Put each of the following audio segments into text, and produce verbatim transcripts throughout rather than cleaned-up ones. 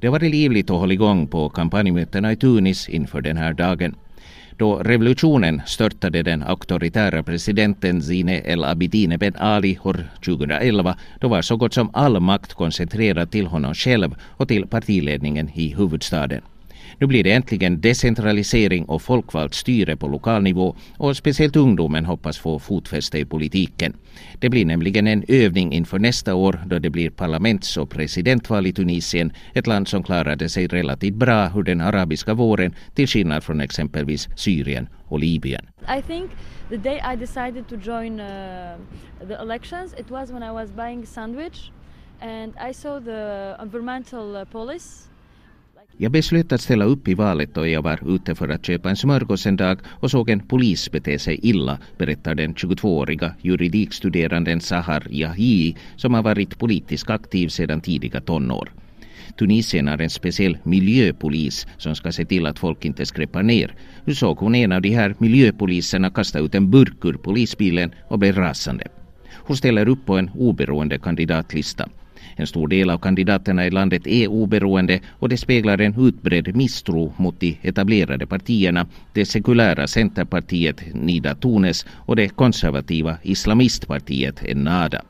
Det var livligt och håll igång på kampanjmötena i Tunis inför den här dagen. Då revolutionen störtade den auktoritära presidenten Zine El Abidine Ben Ali år tjugoelva, då var så gott som all makt koncentrerad till honom själv och till partiledningen i huvudstaden. Nu blir det äntligen decentralisering och folkvalt styre på lokal nivå, och speciellt ungdomen hoppas få fotfäste i politiken. Det blir nämligen en övning inför nästa år då det blir parlaments- och presidentval i Tunisien, ett land som klarade sig relativt bra ur den arabiska våren till skillnad från exempelvis Syrien och Libyen. I think the day I decided to join uh, the elections, it was when I was buying sandwich and I saw the environmental police. Jag beslöt att ställa upp i valet då jag var ute för att köpa en smörgås en dag och såg en polis bete sig illa, berättar den tjugotvååriga juridikstuderanden Sahar Yahi som har varit politiskt aktiv sedan tidiga tonår. Tunisien har en speciell miljöpolis som ska se till att folk inte skräpar ner. Nu såg hon en av de här miljöpoliserna kasta ut en burk ur polisbilen och blev rasande. Hon ställer upp på en oberoende kandidatlista. En stor del av kandidaterna i landet är oberoende och det speglar en utbredd misstro mot de etablerade partierna, det sekulära centerpartiet Nida Tunes och det konservativa islamistpartiet Ennahda.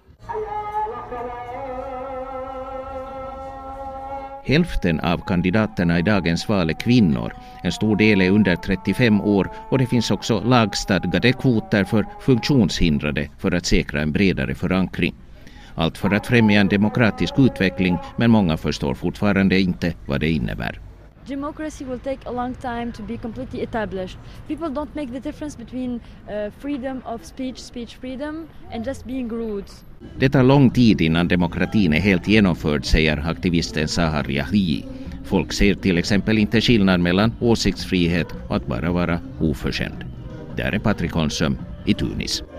Hälften av kandidaterna i dagens val är kvinnor. En stor del är under trettiofem år och det finns också lagstadgade kvoter för funktionshindrade för att säkra en bredare förankring. Allt för att främja en demokratisk utveckling, men många förstår fortfarande inte vad det innebär. Democracy will take a long time to be completely established. People don't make the difference between uh, freedom of speech, speech freedom and just being rude. Det tar lång tid innan demokratin är helt genomförd, säger aktivisten Sahar Yahi. Folk ser till exempel inte skillnad mellan åsiktsfrihet och att bara vara oförskämd. Där är Patrik Holmström i Tunis.